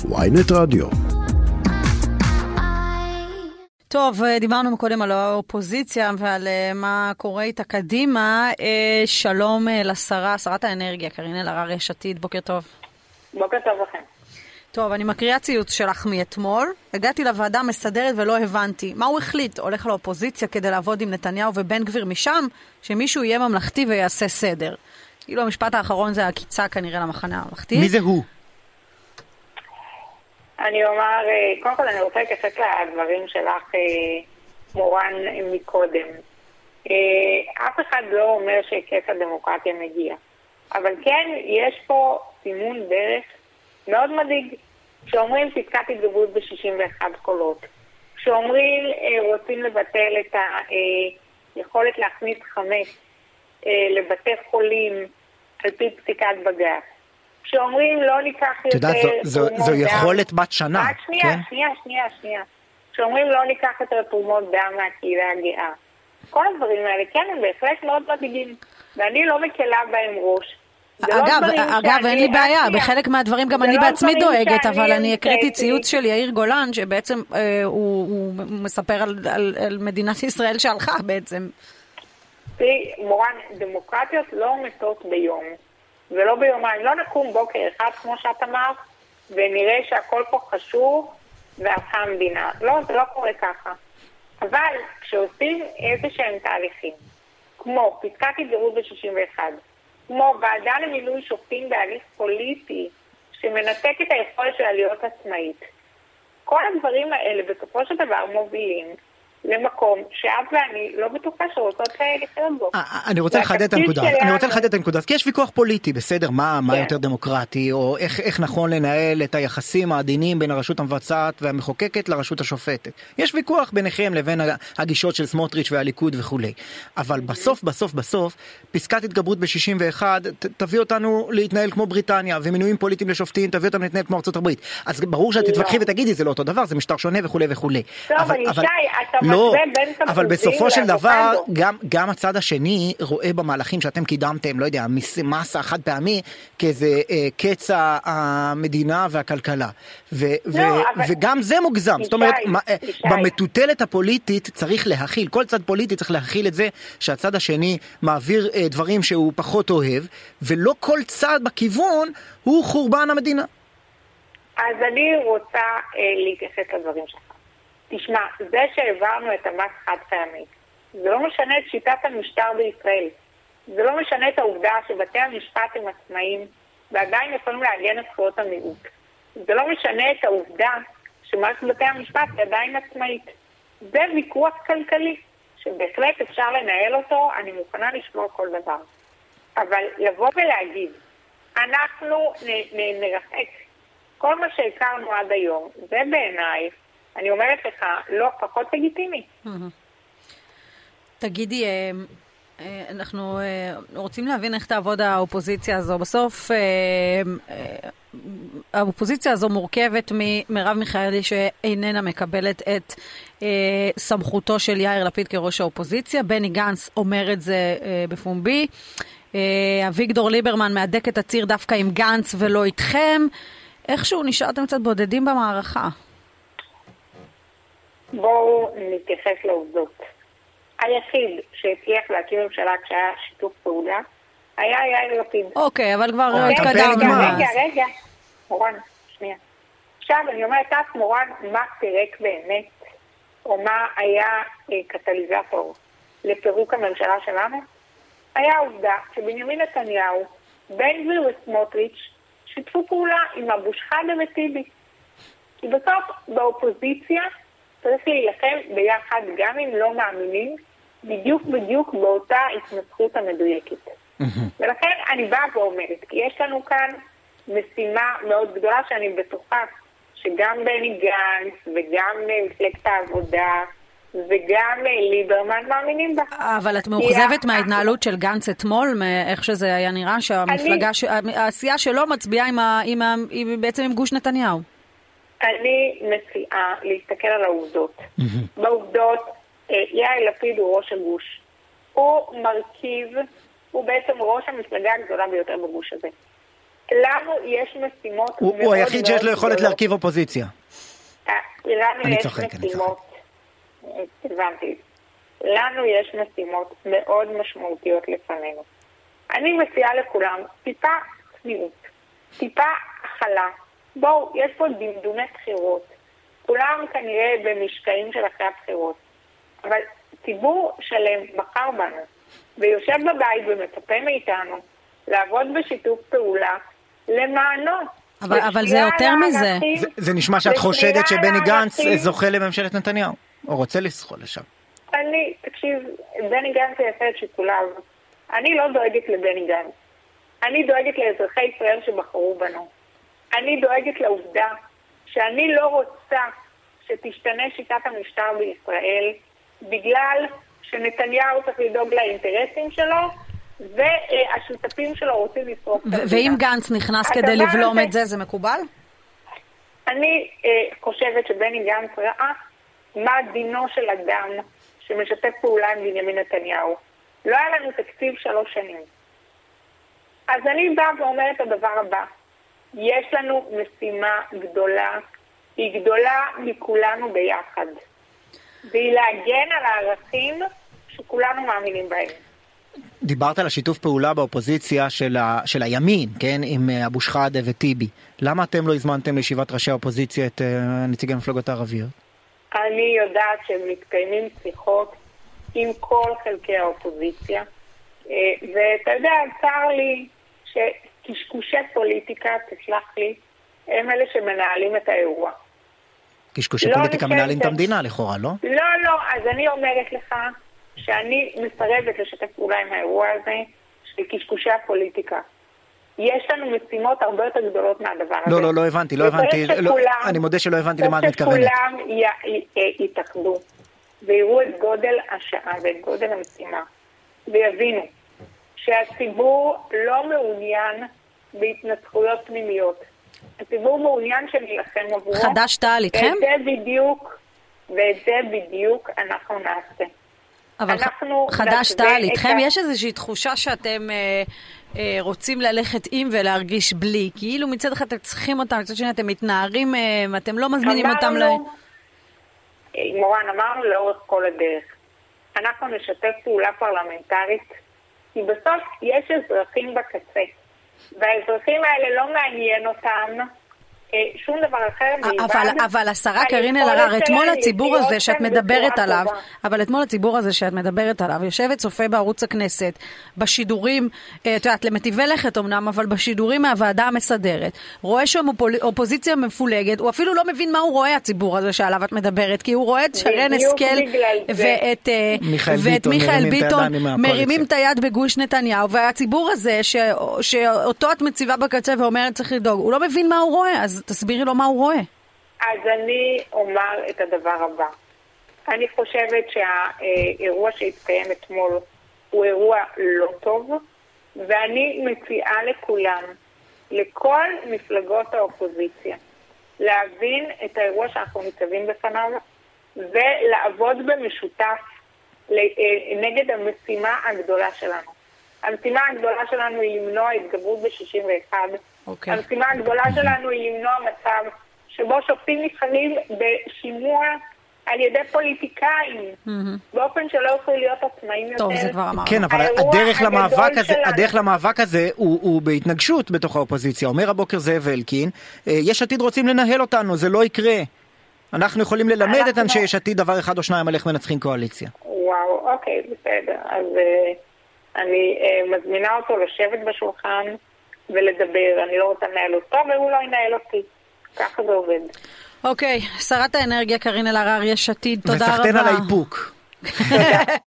ynet רדיו. טוב, דיברנו קודם על האופוזיציה ועל מה קורה איתה קדימה. שלום לשרה, שרת האנרגיה, קארין אלהרר, יש עתיד, בוקר טוב. בוקר טוב לכם. טוב, אני מקריאה ציוץ שלך מאתמול. הגעתי לוועדה מסדרת ולא הבנתי. מה הוא החליט? הולך לאופוזיציה כדי לעבוד עם נתניהו ובן גביר משם, שמישהו יהיה ממלכתי ויעשה סדר. כאילו המשפט האחרון זה הקיצה כנראה למחנה הממלכתי. מי זה הוא? אני אומר, קודם כל אני רוצה לקצת לדברים שלך מורן מקודם. אף אחד לא אומר שקץ הדמוקרטיה מגיע. אבל כן, יש פה סימון דרך מאוד מדאיג. שאומרים פסקת התגברות ב-61 קולות. שאומרים רוצים לבטל את היכולת להכניס חמץ לבתי חולים על פי פסיקת בג"ץ. שאומרים לא ניקח יותר... אתה יודע, זו יכולת בת שנה. רק שנייה. שאומרים לא ניקח יותר תרומות דם מהקהילה הגאה. כל הדברים האלה, כן, הם בהחלט מאוד מדאיגים. ואני לא מקלה בהם ראש. אגב, אין לי בעיה, בחלק מהדברים גם אני בעצמי דואגת, אבל אני הקראתי ציוץ של יאיר גולן, שבעצם הוא מספר על מדינת ישראל שהלכה בעצם. תראי, מורן, דמוקרטיות לא מתות ביום, ולא ביומיים. לא נקום בוקר אחד, כמו שאת אמרת, ונראה שהכל פה חשוב, והלכה המדינה. לא, זה לא קורה ככה. אבל כשעושים איזה שהם תהליכים, כמו פסקת התגברות ב-61, כמו ועדה למינוי שופטים בהליך פוליטי שמנתק את היכולת שלה להיות עצמאית. כל הדברים האלה בסופו של דבר מובילים למקום שאת ואני לא בטוחה שרוצות לחיות בו. אני רוצה לחדד את הנקודה. כי יש ויכוח פוליטי, בסדר, מה יותר דמוקרטי, או איך נכון לנהל את היחסים העדינים בין הרשות המבצעת והמחוקקת לרשות השופטת. יש ויכוח ביניכם לבין הגישות של סמוטריץ' והליכוד וכו'. אבל בסוף, פסקת התגברות ב-61 תביא אותנו להתנהל כמו בריטניה, ומינויים פוליטיים לשופטים תביא אותנו להתנהל כמו ארצות הברית. אז ברור שאת תתווכחי ותגידי, זה לא אותו דבר, זה משטר שונה וכו'. לא, אבל בסופו של דבר, גם הצד השני רואה במהלכים שאתם קידמתם, לא יודע, מסה חד פעמי, כאיזה קץ המדינה והכלכלה. וגם זה מוגזם. זאת אומרת, במטוטלת הפוליטית צריך להכיל, כל צד פוליטי צריך להכיל את זה, שהצד השני מעביר דברים שהוא פחות אוהב, ולא כל צד בכיוון הוא חורבן המדינה. אז אני רוצה להתייחס לדברים שלך. תשמע, זה שהעברנו את המס חד פעמי, זה לא משנה את שיטת המשטר בישראל. זה לא משנה את העובדה שבתי המשפט הם עצמאיים, ועדיין יכולים להגן את זכויות המיעוט. זה לא משנה את העובדה שמערכת בתי המשפט היא עדיין עצמאית. זה ויכוח כלכלי, שבהחלט אפשר לנהל אותו, אני מוכנה לשמוע כל דבר. אבל לבוא ולהגיד, אנחנו נרחק כל מה שהכרנו עד היום, זה בעיניי, אני אומרת לך, לא פחות לגיטימי. תגידי, אנחנו רוצים להבין איך תעבוד האופוזיציה הזו. בסוף, האופוזיציה הזו מורכבת ממרב מיכאלי שאיננה מקבלת את סמכותו של יאיר לפיד כראש האופוזיציה. בני גנץ אומר את זה בפומבי. אביגדור ליברמן מעדק את הציר דווקא עם גנץ ולא איתכם. איכשהו נשארתם קצת בודדים במערכה. בואו נתייחס לעובדות. היחיד שהצליח להקים ממשלה כשהיה שיתוף פעולה היה יאיר לפיד. אוקיי, אבל כבר התקדמנו. רגע, מורן, שנייה. עכשיו אני אומרת, מורן, מה פירק באמת, או מה היה קטליזטור לפירוק הממשלה שלנו? היה העובדה שבנימין נתניהו, בן גביר וסמוטריץ' שיתפו פעולה עם אבו שחאדה וטיבי. כי בסוף באופוזיציה צריך להילחם ביחד, גם אם לא מאמינים, בדיוק באותה התנצחות המדויקת. ולכן אני באה ואומרת, כי יש לנו כאן משימה מאוד גדולה שאני בטוחה שגם בני גנץ וגם מפלגת העבודה וגם ליברמן מאמינים בה. אבל את מאוכזבת מההתנהלות של גנץ אתמול, מאיך שזה היה נראה שהמפלגה, העשייה שלו מצביעה בעצם עם גוש נתניהו. אני מציעה להסתכל על העובדות. בעובדות, יאיר לפיד הוא ראש הגוש. הוא מרכיב, הוא בעצם ראש המפלגה הגדולה ביותר בגוש הזה. לנו יש משימות הוא היחיד שיש לו יכולת להרכיב אופוזיציה. לנו יש משימות, הבנתי, לנו יש משימות מאוד משמעותיות לפנינו. אני מציעה לכולם טיפה צניעות, טיפה הכלה. בואו, יש פה דמדומי בחירות. כולם כנראה במשקעים של אחרי הבחירות. אבל ציבור שלם בחר בנו, ויושב בבית ומצפה מאיתנו לעבוד בשיתוף פעולה למענו. אבל זה יותר מזה. זה נשמע שאת חושדת שבני גנץ זוכה לממשלת נתניהו, או רוצה לזכות לשם. תקשיב, בני גנץ יעשה את שיקוליו. אני לא דואגת לבני גנץ. אני דואגת לאזרחי ישראל שבחרו בנו. אני דואגת לעובדה שאני לא רוצה שתשתנה שיטת המשטר בישראל, בגלל שנתניהו צריך לדאוג לאינטרסים שלו, והשותפים שלו רוצים לשרוף את המדינה. ואם גנץ נכנס כדי לבלום את זה, זה מקובל? אני חושבת שבני גנץ ראה מה דינו של אדם שמשתף פעולה עם בנימין נתניהו. לא היה לנו תקציב 3 שנים. אז אני באה ואומרת את הדבר הבא. יש לנו משימה גדולה, היא גדולה מכולנו ביחד. והיא להגן על הערכים שכולנו מאמינים בהם. דיברת על השיתוף פעולה באופוזיציה של הימין, כן, עם אבו שחאדה וטיבי. למה אתם לא הזמנתם לישיבת ראשי האופוזיציה את נציגי המפלגות הערביות? אני יודעת שהם מתקיימים שיחות עם כל חלקי האופוזיציה, ואתה יודע, צר לי שקשקושי פוליטיקה, תסלח לי, הם אלה שמנהלים את האירוע. קשקושי פוליטיקה מנהלים את המדינה לכאורה, לא? לא, אז אני אומרת לך שאני מסרבת לשתף פעולה עם האירוע הזה של קשקושי הפוליטיקה. יש לנו משימות הרבה יותר גדולות מהדבר הזה. לא הבנתי, אני מודה שלא הבנתי למה את מתכוונת. שכולם יתאחדו ויראו את גודל השעה ואת גודל המשימה, ויבינו שהציבור לא מעוניין בהתנצחויות פנימיות. הציבור מעוניין שנלחם עבורו. חדש תעל איתכם? ואת זה בדיוק אנחנו נעשה. אבל חדש תעל איתכם, יש איזושהי תחושה שאתם רוצים ללכת עם ולהרגיש בלי, כאילו מצד אחד אתם צריכים אותם, מצד שני אתם מתנערים, אתם לא מזמינים אותם מורן, אמרנו לאורך כל הדרך, אנחנו נשתף פעולה פרלמנטרית, כי בסוף יש אזרחים בקצה, והאזרחים האלה לא מעניין אותם שום דבר אחר מלבד. אבל השרה קארין אלהרר, אתמול הציבור הזה שאת מדברת עליו, יושבת צופה בערוץ הכנסת, בשידורים, את יודעת, למטיבי לכת אמנם, אבל בשידורים מהוועדה המסדרת, רואה שם אופוזיציה מפולגת, הוא אפילו לא מבין מה הוא רואה הציבור הזה שעליו את מדברת, כי הוא רואה את שרן השכל ואת מיכאל ביטון מרימים את היד בגוש נתניהו, והציבור הזה שאותו את מציבה בקצה ואומרת צריך לדאוג, הוא לא מבין מה הוא רואה, אז תסבירי לו מה הוא רואה. אז אני אומר את הדבר הבא. אני חושבת שהאירוע שהתקיים אתמול הוא אירוע לא טוב, ואני מציעה לכולם, לכל מפלגות האופוזיציה, להבין את האירוע שאנחנו ניצבים בפניו, ולעבוד במשותף נגד המשימה הגדולה שלנו. המשימה הגדולה שלנו היא למנוע התגברות ב-61. המשימה הגדולה שלנו היא למנוע מצב שבו שופטים נבחרים בשימוע על ידי פוליטיקאים, באופן שלא יכולים להיות עצמאים יותר. טוב, זה כבר אמרנו. כן, אבל הדרך למאבק הזה הוא בהתנגשות בתוך האופוזיציה. אומר הבוקר זאב אלקין, יש עתיד רוצים לנהל אותנו, זה לא יקרה. אנחנו יכולים ללמד את אנשי יש עתיד דבר אחד או שניים על איך מנצחים קואליציה. וואו, אוקיי, בסדר. אז אני מזמינה אותו לשבת בשולחן ולדבר. אני לא רוצה לנהל אותו, והוא לא ינהל אותי. ככה זה עובד. אוקיי, שרת האנרגיה קארין אלהרר, יש עתיד, תודה רבה. וסחתן על האיפוק. תודה.